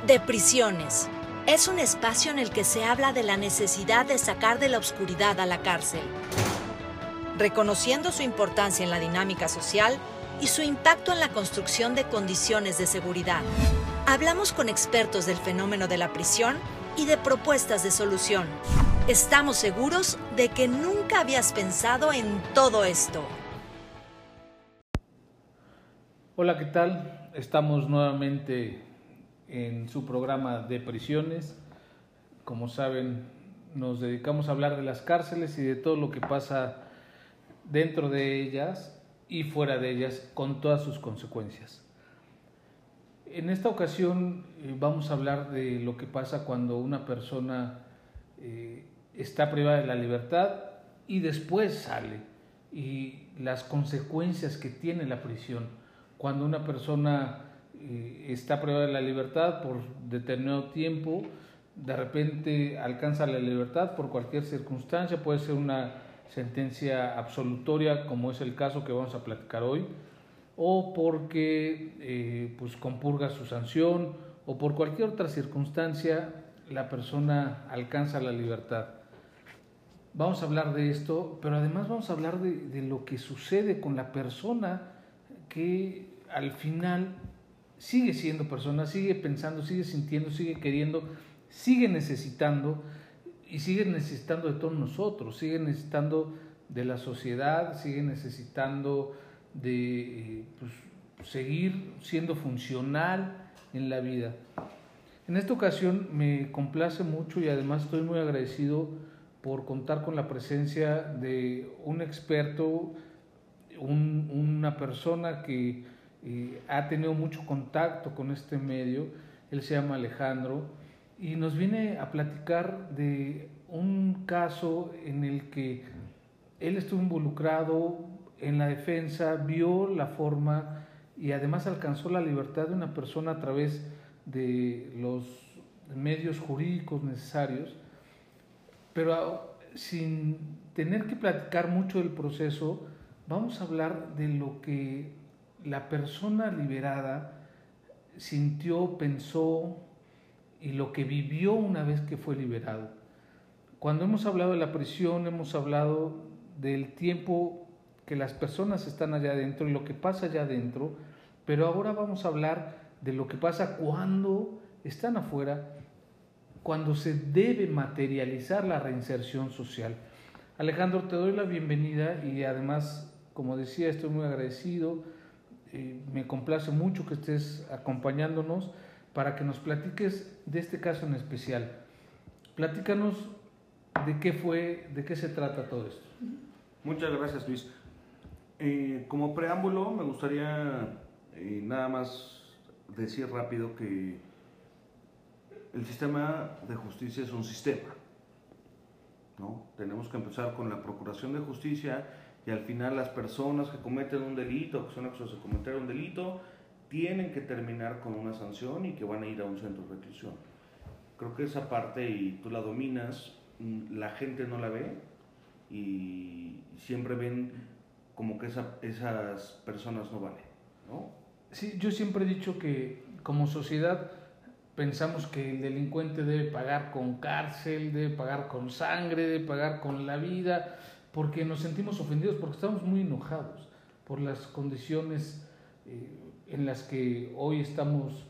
De prisiones. Es un espacio en el que se habla de la necesidad de sacar de la oscuridad a la cárcel, reconociendo su importancia en la dinámica social y su impacto en la construcción de condiciones de seguridad. Hablamos con expertos del fenómeno de la prisión y de propuestas de solución. Estamos seguros de que nunca habías pensado en todo esto. Hola, ¿qué tal? Estamos nuevamente en su programa de prisiones. Como saben, nos dedicamos a hablar de las cárceles y de todo lo que pasa dentro de ellas y fuera de ellas, con todas sus consecuencias. En esta ocasión vamos a hablar de lo que pasa cuando una persona está privada de la libertad y después sale, y las consecuencias que tiene la prisión. Cuando una persona está privada de la libertad por determinado tiempo, de repente alcanza la libertad por cualquier circunstancia, puede ser una sentencia absolutoria, como es el caso que vamos a platicar hoy, o porque pues compurga su sanción, o por cualquier otra circunstancia la persona alcanza la libertad. Vamos a hablar de esto, pero además vamos a hablar de lo que sucede con la persona que al final sigue siendo persona, sigue pensando, sigue sintiendo, sigue queriendo, sigue necesitando, y sigue necesitando de todos nosotros, sigue necesitando de la sociedad, sigue necesitando de seguir siendo funcional en la vida. En esta ocasión me complace mucho y además estoy muy agradecido por contar con la presencia de un experto, una persona que ha tenido mucho contacto con este medio. Él se llama Alejandro y nos viene a platicar de un caso en el que él estuvo involucrado en la defensa, vio la forma y además alcanzó la libertad de una persona a través de los medios jurídicos necesarios, pero sin tener que platicar mucho del proceso. Vamos a hablar de lo que la persona liberada sintió, pensó y lo que vivió una vez que fue liberado. Cuando hemos hablado de la prisión, hemos hablado del tiempo que las personas están allá adentro y lo que pasa allá adentro, pero ahora vamos a hablar de lo que pasa cuando están afuera, cuando se debe materializar la reinserción social. Alejandro, te doy la bienvenida y además, como decía, estoy muy agradecido. Me complace mucho que estés acompañándonos para que nos platiques de este caso en especial. Platícanos de qué fue, de qué se trata todo esto. Muchas gracias, Luis. Como preámbulo, me gustaría nada más decir rápido que el sistema de justicia es un sistema, ¿no? Tenemos que empezar con la procuración de justicia y al final las personas que cometen un delito, que son acusados de cometer un delito, tienen que terminar con una sanción y que van a ir a un centro de reclusión. Creo que esa parte, y tú la dominas, la gente no la ve y siempre ven como que esas personas no valen, ¿no? Sí, yo siempre he dicho que como sociedad pensamos que el delincuente debe pagar con cárcel, debe pagar con sangre, debe pagar con la vida, porque nos sentimos ofendidos, porque estamos muy enojados por las condiciones en las que hoy estamos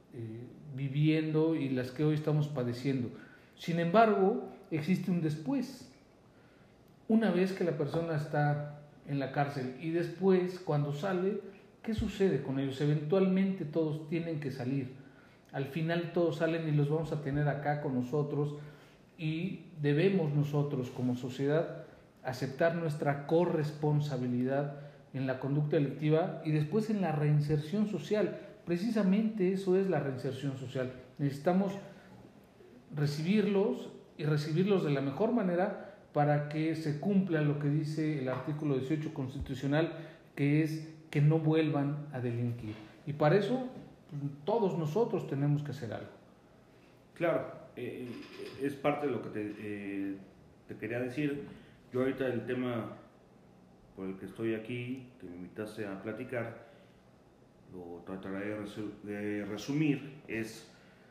viviendo y las que hoy estamos padeciendo. Sin embargo, existe un después. Una vez que la persona está en la cárcel y después, cuando sale, ¿qué sucede con ellos? Eventualmente todos tienen que salir. Al final todos salen y los vamos a tener acá con nosotros, y debemos nosotros como sociedad aceptar nuestra corresponsabilidad en la conducta delictiva y después en la reinserción social. Precisamente eso es la reinserción social. Necesitamos recibirlos y recibirlos de la mejor manera para que se cumpla lo que dice el artículo 18 constitucional, que es que no vuelvan a delinquir. Y para eso todos nosotros tenemos que hacer algo. Claro, es parte de lo que te quería decir. Yo ahorita el tema por el que estoy aquí, que me invitaste a platicar, lo trataré de resumir, es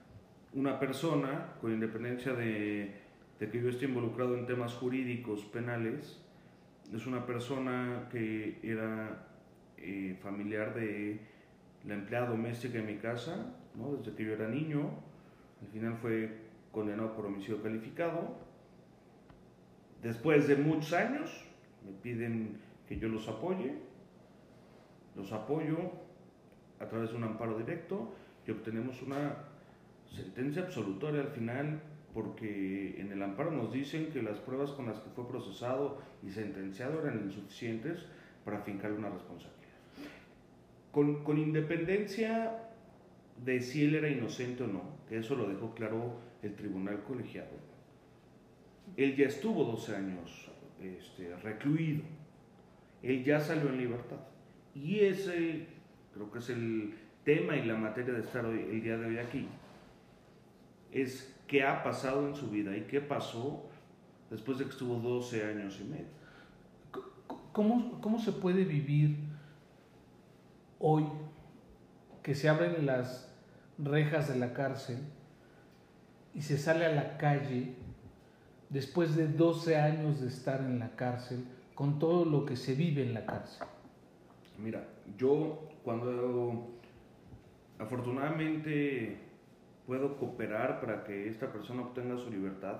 una persona, con independencia de que yo esté involucrado en temas jurídicos, penales, es una persona que era familiar de la empleada doméstica en mi casa, ¿no? Desde que yo era niño. Al final fue condenado por homicidio calificado. Después de muchos años me piden que yo los apoye. Los apoyo a través de un amparo directo y obtenemos una sentencia absolutoria al final, porque en el amparo nos dicen que las pruebas con las que fue procesado y sentenciado eran insuficientes para fincar una responsabilidad. Con independencia de si él era inocente o no, que eso lo dejó claro el tribunal colegiado, él ya estuvo 12 años recluido, él ya salió en libertad, y ese creo que es el tema y la materia de estar hoy, el día de hoy aquí, es qué ha pasado en su vida y qué pasó después de que estuvo 12 años y medio. ¿Cómo se puede vivir hoy que se abren las rejas de la cárcel y se sale a la calle después de 12 años de estar en la cárcel, con todo lo que se vive en la cárcel? Mira, yo cuando afortunadamente puedo cooperar para que esta persona obtenga su libertad,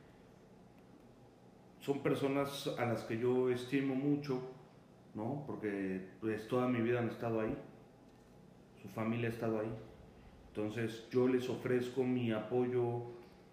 son personas a las que yo estimo mucho, ¿no? Porque pues toda mi vida han estado ahí, su familia ha estado ahí. Entonces yo les ofrezco mi apoyo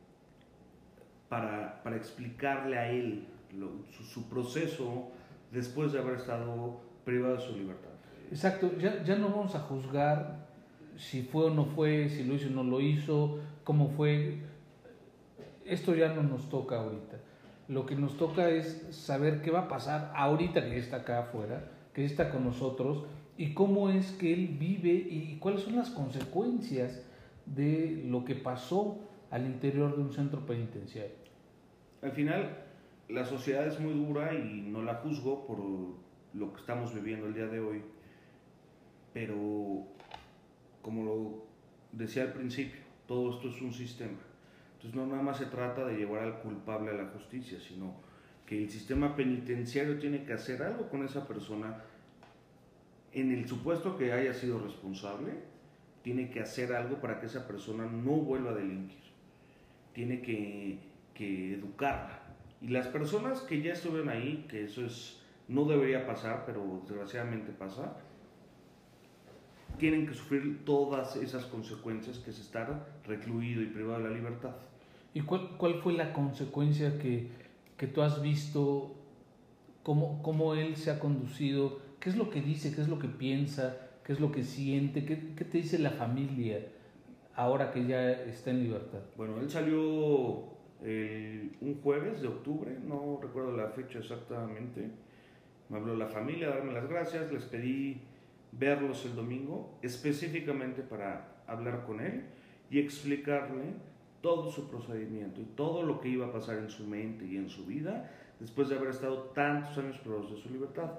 para explicarle a él su proceso después de haber estado privado de su libertad. Exacto, ya no vamos a juzgar si fue o no fue, si lo hizo o no lo hizo, cómo fue. Esto ya no nos toca ahorita. Lo que nos toca es saber qué va a pasar ahorita que está acá afuera, que está con nosotros, y cómo es que él vive y cuáles son las consecuencias de lo que pasó al interior de un centro penitenciario. Al final, la sociedad es muy dura y no la juzgo por lo que estamos viviendo el día de hoy, pero como lo decía al principio, todo esto es un sistema. Entonces no nada más se trata de llevar al culpable a la justicia, sino que el sistema penitenciario tiene que hacer algo con esa persona. En el supuesto que haya sido responsable, tiene que hacer algo para que esa persona no vuelva a delinquir. Tiene que educarla. Y las personas que ya estuvieron ahí, que eso no debería pasar, pero desgraciadamente pasa, tienen que sufrir todas esas consecuencias que es estar recluido y privado de la libertad. ¿Y cuál fue la consecuencia que tú has visto? ¿Cómo él se ha conducido? ¿Qué es lo que dice? ¿Qué es lo que piensa? ¿Qué es lo que siente? ¿Qué te dice la familia ahora que ya está en libertad? Bueno, él salió un jueves de octubre, no recuerdo la fecha exactamente. Me habló la familia a darme las gracias, les pedí verlos el domingo específicamente para hablar con él y explicarle todo su procedimiento y todo lo que iba a pasar en su mente y en su vida después de haber estado tantos años privados de su libertad.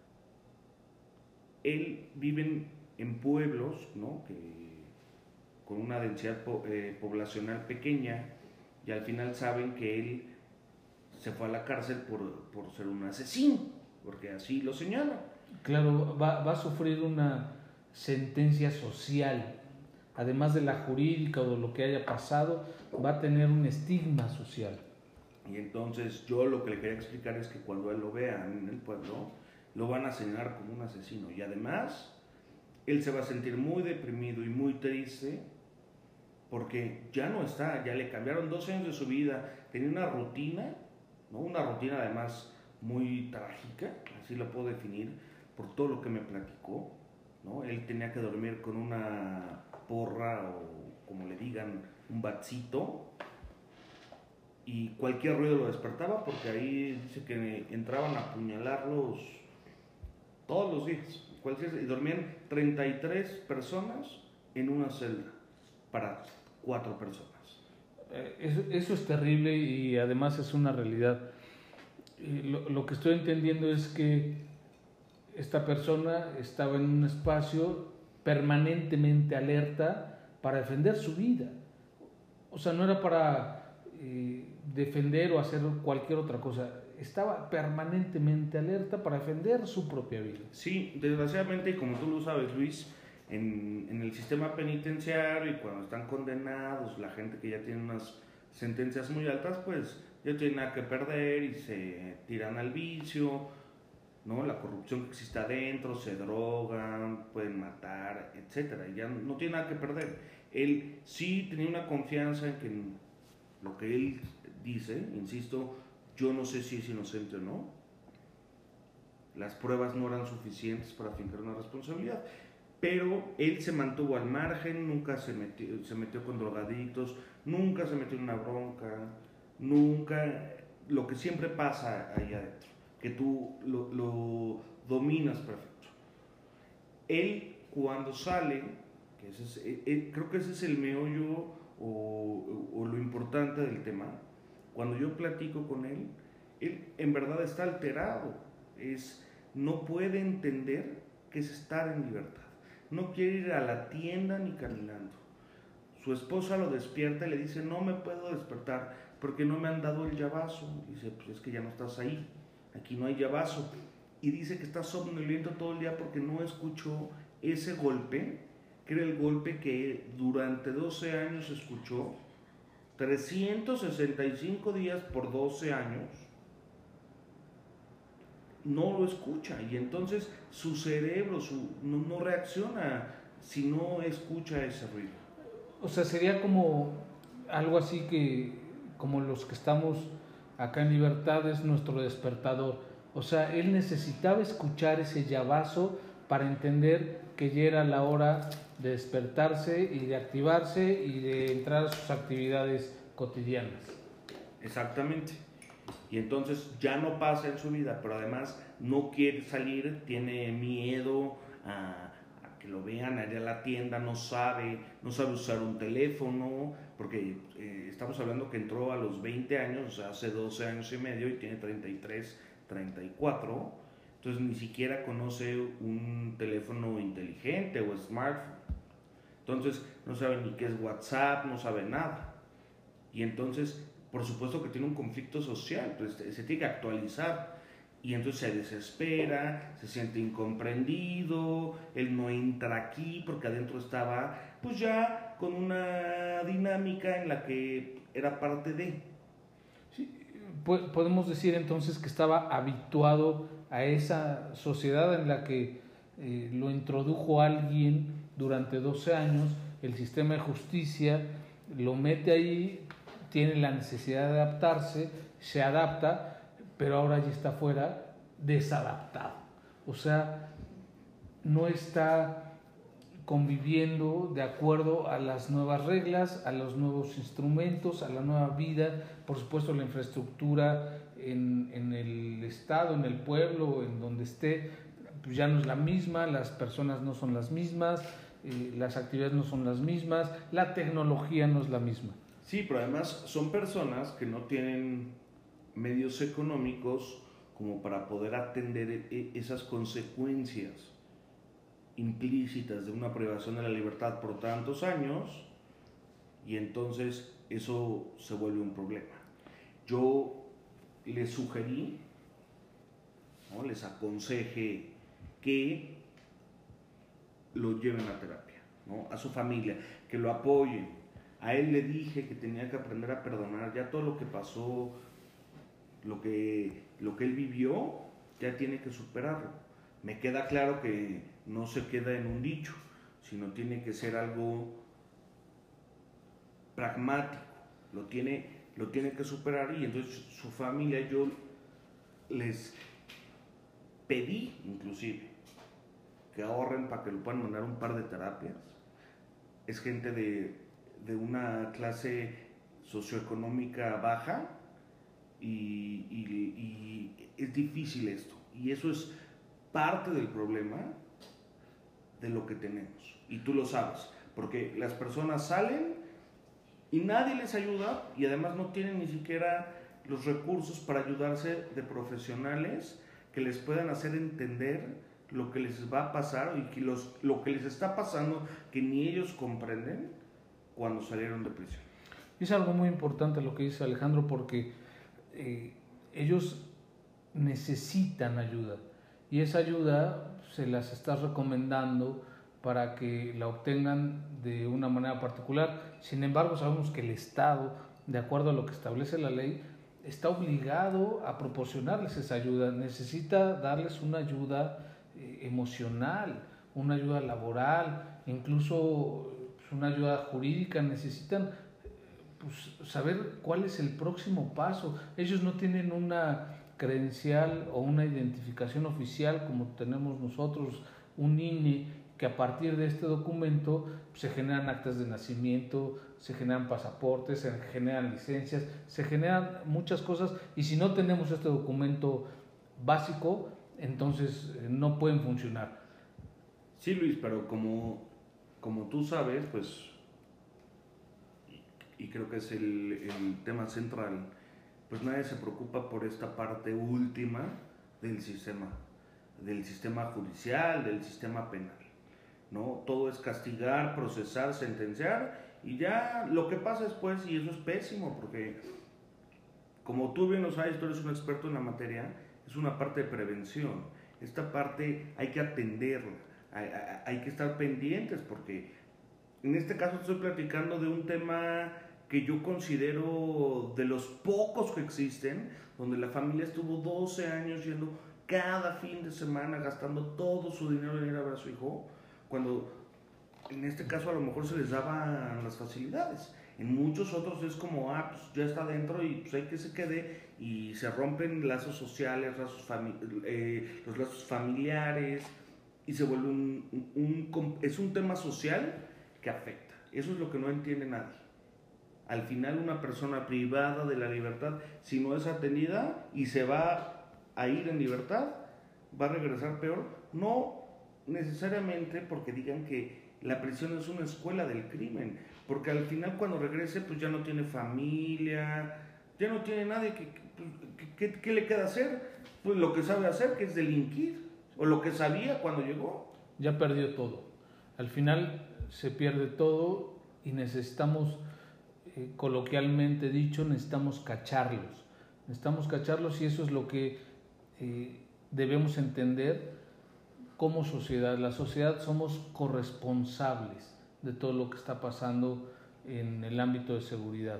Él vive en pueblos, ¿no? Con una densidad poblacional pequeña, y al final saben que él se fue a la cárcel por ser un asesino, porque así lo señalan. Claro, va a sufrir una sentencia social, además de la jurídica o de lo que haya pasado, va a tener un estigma social. Y entonces yo lo que le quería explicar es que cuando él lo vea en el pueblo, lo van a señalar como un asesino, y además él se va a sentir muy deprimido y muy triste porque ya no está, ya le cambiaron 12 años de su vida, tenía una rutina, ¿no? Una rutina además muy trágica, así lo puedo definir, por todo lo que me platicó, ¿no? Él tenía que dormir con una porra o como le digan, un batcito, y cualquier ruido lo despertaba porque ahí dice que entraban a apuñalarlos todos los días, y dormían 33 personas en una celda para 4 personas. Eso es terrible y además es una realidad. Lo que estoy entendiendo es que esta persona estaba en un espacio permanentemente alerta para defender su vida. O sea, no era para defender o hacer cualquier otra cosa. Estaba permanentemente alerta para defender su propia vida. Sí, desgraciadamente, y como tú lo sabes, Luis, en el sistema penitenciario y cuando están condenados, la gente que ya tiene unas sentencias muy altas, pues ya tienen nada que perder y se tiran al vicio, ¿no? La corrupción que existe adentro, se drogan, pueden matar, etcétera, y ya no tiene nada que perder. Él sí tenía una confianza en que lo que él dice, insisto, yo no sé si es inocente o no. Las pruebas no eran suficientes para fincar una responsabilidad, pero él se mantuvo al margen, nunca se metió con drogadictos, nunca se metió en una bronca, nunca, lo que siempre pasa ahí adentro, que tú lo dominas perfecto. Él cuando sale, creo que ese es el meollo o lo importante del tema, cuando yo platico con él en verdad está alterado, no puede entender que es estar en libertad, no quiere ir a la tienda ni caminando. Su esposa lo despierta y le dice, no me puedo despertar porque no me han dado el llavazo. Dice, pues es que ya no estás ahí, aquí no hay llavazo. Y dice que está somnoliento todo el día porque no escuchó ese golpe, que era el golpe que durante 12 años escuchó, 365 días por 12 años, no lo escucha, y entonces su cerebro no reacciona si no escucha ese ruido. O sea, sería como algo así como los que estamos acá en libertad, es nuestro despertador. O sea, él necesitaba escuchar ese llavazo para entender que ya era la hora de despertarse y de activarse y de entrar a sus actividades cotidianas. Exactamente. Y entonces ya no pasa en su vida, pero además no quiere salir, tiene miedo a que lo vean allá en la tienda, no sabe usar un teléfono, porque estamos hablando que entró a los 20 años, o sea, hace 12 años y medio, y tiene 33, 34, entonces ni siquiera conoce un teléfono inteligente o smartphone, entonces no sabe ni qué es WhatsApp, no sabe nada, y entonces por supuesto que tiene un conflicto social, pues se tiene que actualizar, y entonces se desespera, se siente incomprendido, él no entra aquí porque adentro estaba pues ya con una dinámica en la que era parte de. Sí, podemos decir entonces que estaba habituado a esa sociedad en la que lo introdujo alguien durante 12 años, el sistema de justicia lo mete ahí, tiene la necesidad de adaptarse, se adapta, pero ahora ya está fuera, desadaptado. O sea, no está conviviendo de acuerdo a las nuevas reglas, a los nuevos instrumentos, a la nueva vida, por supuesto la infraestructura en el estado, en el pueblo, en donde esté, pues ya no es la misma, las personas no son las mismas, las actividades no son las mismas, la tecnología no es la misma. Sí, pero además son personas que no tienen medios económicos como para poder atender esas consecuencias implícitas de una privación de la libertad por tantos años, y entonces eso se vuelve un problema. Yo les sugerí, ¿no?, les aconsejé que lo lleven a terapia, ¿no?, a su familia, que lo apoyen. A él le dije que tenía que aprender a perdonar, ya todo lo que pasó, lo que él vivió, ya tiene que superarlo. Me queda claro que no se queda en un dicho, sino tiene que ser algo pragmático, lo tiene que superar, y entonces su familia, yo les pedí inclusive que ahorren para que lo puedan mandar un par de terapias. Es gente de una clase socioeconómica baja, y es difícil esto, y eso es parte del problema de lo que tenemos, y tú lo sabes, porque las personas salen y nadie les ayuda, y además no tienen ni siquiera los recursos para ayudarse de profesionales que les puedan hacer entender lo que les va a pasar y que lo que les está pasando, que ni ellos comprenden cuando salieron de prisión. Y es algo muy importante lo que dice Alejandro, porque ellos necesitan ayuda y esa ayuda se las está recomendando para que la obtengan de una manera particular. Sin embargo, sabemos que el Estado, de acuerdo a lo que establece la ley, está obligado a proporcionarles esa ayuda. Necesita darles una ayuda emocional, una ayuda laboral, incluso una ayuda jurídica. Necesitan pues, saber cuál es el próximo paso. Ellos no tienen una credencial o una identificación oficial como tenemos nosotros, un INE, que a partir de este documento se generan actas de nacimiento, se generan pasaportes, se generan licencias, se generan muchas cosas, y si no tenemos este documento básico, entonces no pueden funcionar. Sí, Luis, pero como tú sabes, pues, y creo que es el tema central, pues nadie se preocupa por esta parte última del sistema judicial, del sistema penal, ¿no? Todo es castigar, procesar, sentenciar, y ya lo que pasa después, y eso es pésimo, porque como tú bien lo sabes, tú eres un experto en la materia, es una parte de prevención. Esta parte hay que atenderla, hay que estar pendientes, porque en este caso estoy platicando de un tema que yo considero de los pocos que existen, donde la familia estuvo 12 años yendo cada fin de semana, gastando todo su dinero en ir a ver a su hijo, cuando en este caso a lo mejor se les daban las facilidades. En muchos otros es como, pues ya está dentro y pues hay que se quede, y se rompen lazos sociales, los lazos familiares, y se vuelve es un tema social que afecta. Eso es lo que no entiende nadie. Al final una persona privada de la libertad, si no es atendida y se va a ir en libertad, va a regresar peor. No necesariamente porque digan que la prisión es una escuela del crimen, porque al final cuando regrese pues ya no tiene familia, ya no tiene nadie ¿qué le queda hacer? Pues lo que sabe hacer, que es delinquir, o lo que sabía cuando llegó. Ya perdió todo. Al final se pierde todo y necesitamos, coloquialmente dicho, necesitamos cacharlos. Necesitamos cacharlos, y eso es lo que debemos entender como sociedad. La sociedad somos corresponsables de todo lo que está pasando en el ámbito de seguridad.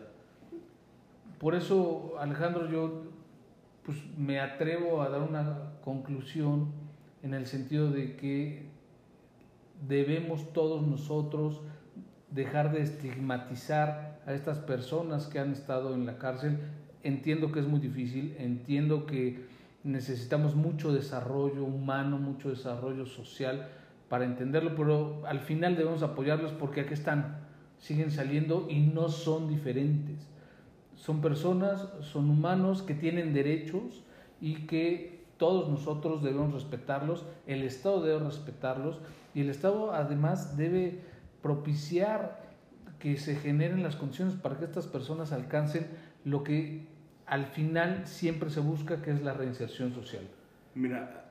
Por eso, Alejandro, yo pues me atrevo a dar una conclusión en el sentido de que debemos todos nosotros dejar de estigmatizar a estas personas que han estado en la cárcel. Entiendo que es muy difícil, entiendo que necesitamos mucho desarrollo humano, mucho desarrollo social para entenderlo, pero al final debemos apoyarlos porque aquí están, siguen saliendo y no son diferentes. Son personas, son humanos que tienen derechos y que todos nosotros debemos respetarlos, el Estado debe respetarlos, y el Estado además debe propiciar que se generen las condiciones para que estas personas alcancen lo que al final siempre se busca, que es la reinserción social. Mira,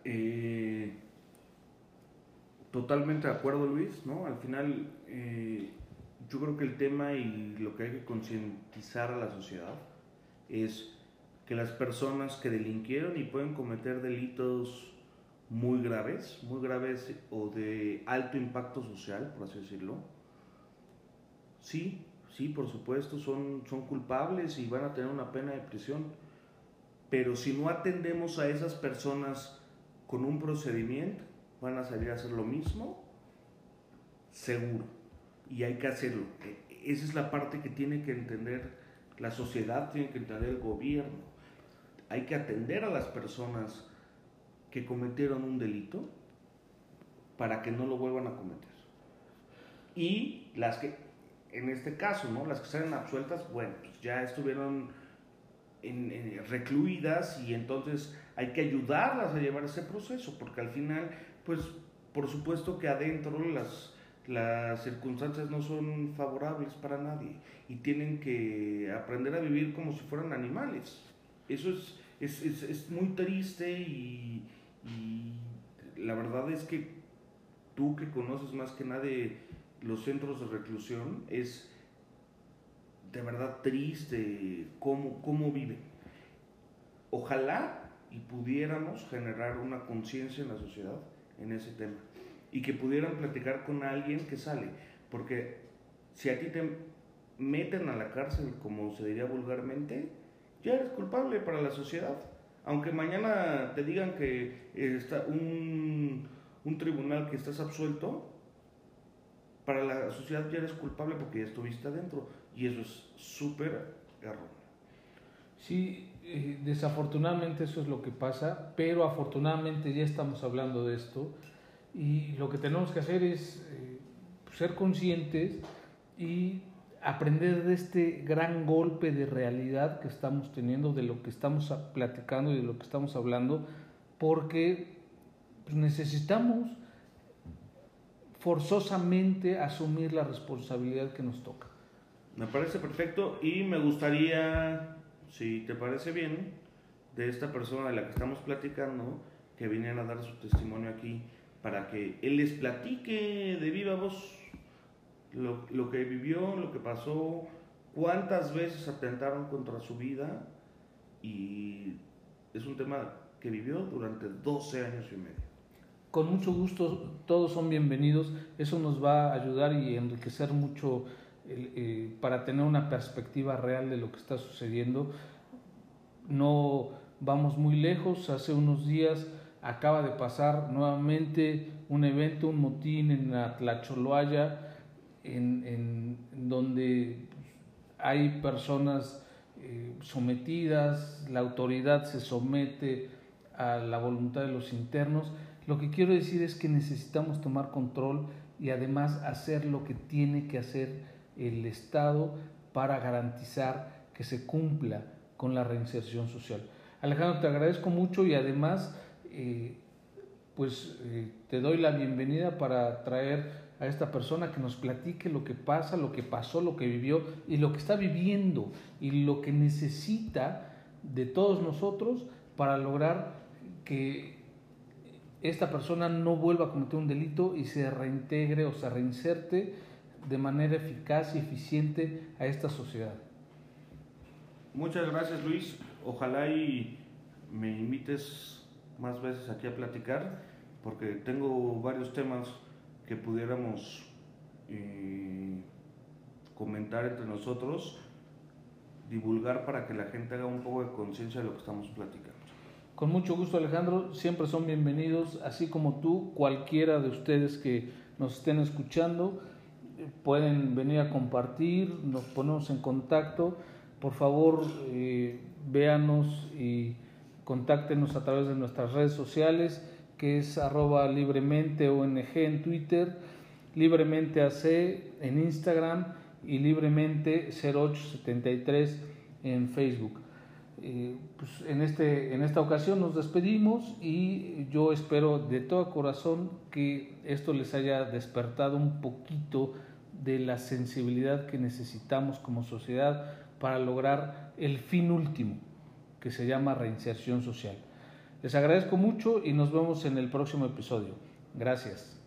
totalmente de acuerdo, Luis, ¿no? Al final yo creo que el tema y lo que hay que concientizar a la sociedad es que las personas que delinquieron y pueden cometer delitos muy graves o de alto impacto social, por así decirlo, sí, por supuesto, son culpables y van a tener una pena de prisión, pero si no atendemos a esas personas con un procedimiento, van a salir a hacer lo mismo, seguro, y hay que hacerlo. Esa es la parte que tiene que entender la sociedad, tiene que entender el gobierno. Hay que atender a las personas que cometieron un delito para que no lo vuelvan a cometer. Y las que, en este caso, ¿no?, las que salen absueltas, bueno, pues ya estuvieron recluidas, y entonces hay que ayudarlas a llevar ese proceso, porque al final, pues, por supuesto que adentro las circunstancias no son favorables para nadie y tienen que aprender a vivir como si fueran animales. Eso es muy triste, y la verdad es que tú, que conoces más que nadie los centros de reclusión, es de verdad triste cómo viven. Ojalá y pudiéramos generar una conciencia en la sociedad en ese tema y que pudieran platicar con alguien que sale, porque si a ti te meten a la cárcel, como se diría vulgarmente, ya eres culpable para la sociedad, aunque mañana te digan que está un tribunal que estás absuelto, para la sociedad ya eres culpable porque ya estuviste adentro, y eso es súper erróneo. Sí, desafortunadamente eso es lo que pasa, pero afortunadamente ya estamos hablando de esto y lo que tenemos que hacer es ser conscientes y aprender de este gran golpe de realidad que estamos teniendo, de lo que estamos platicando y de lo que estamos hablando, porque pues, necesitamos forzosamente asumir la responsabilidad que nos toca. Me parece perfecto y me gustaría, si te parece bien, de esta persona de la que estamos platicando, que vinieran a dar su testimonio aquí, para que él les platique de viva voz lo que vivió, lo que pasó, cuántas veces atentaron contra su vida, y es un tema que vivió durante 12 años y medio. Con mucho gusto, todos son bienvenidos, eso nos va a ayudar y enriquecer mucho para tener una perspectiva real de lo que está sucediendo. No vamos muy lejos, hace unos días acaba de pasar nuevamente un evento, un motín en Atlacholoaya, en donde hay personas sometidas, la autoridad se somete a la voluntad de los internos. Lo que quiero decir es que necesitamos tomar control y además hacer lo que tiene que hacer el Estado para garantizar que se cumpla con la reinserción social. Alejandro, te agradezco mucho y además te doy la bienvenida para traer a esta persona que nos platique lo que pasa, lo que pasó, lo que vivió y lo que está viviendo y lo que necesita de todos nosotros para lograr que esta persona no vuelva a cometer un delito y se reintegre o se reinserte de manera eficaz y eficiente a esta sociedad. Muchas gracias, Luis. Ojalá y me invites más veces aquí a platicar, porque tengo varios temas que pudiéramos comentar entre nosotros, divulgar para que la gente haga un poco de conciencia de lo que estamos platicando. Con mucho gusto, Alejandro, siempre son bienvenidos, así como tú, cualquiera de ustedes que nos estén escuchando, pueden venir a compartir, nos ponemos en contacto. Por favor, véanos y contáctenos a través de nuestras redes sociales, que es @libremente_ONG en Twitter, libremente_AC en Instagram y libremente0873 en Facebook. En esta ocasión nos despedimos y yo espero de todo corazón que esto les haya despertado un poquito de la sensibilidad que necesitamos como sociedad para lograr el fin último, que se llama reinserción social. Les agradezco mucho y nos vemos en el próximo episodio. Gracias.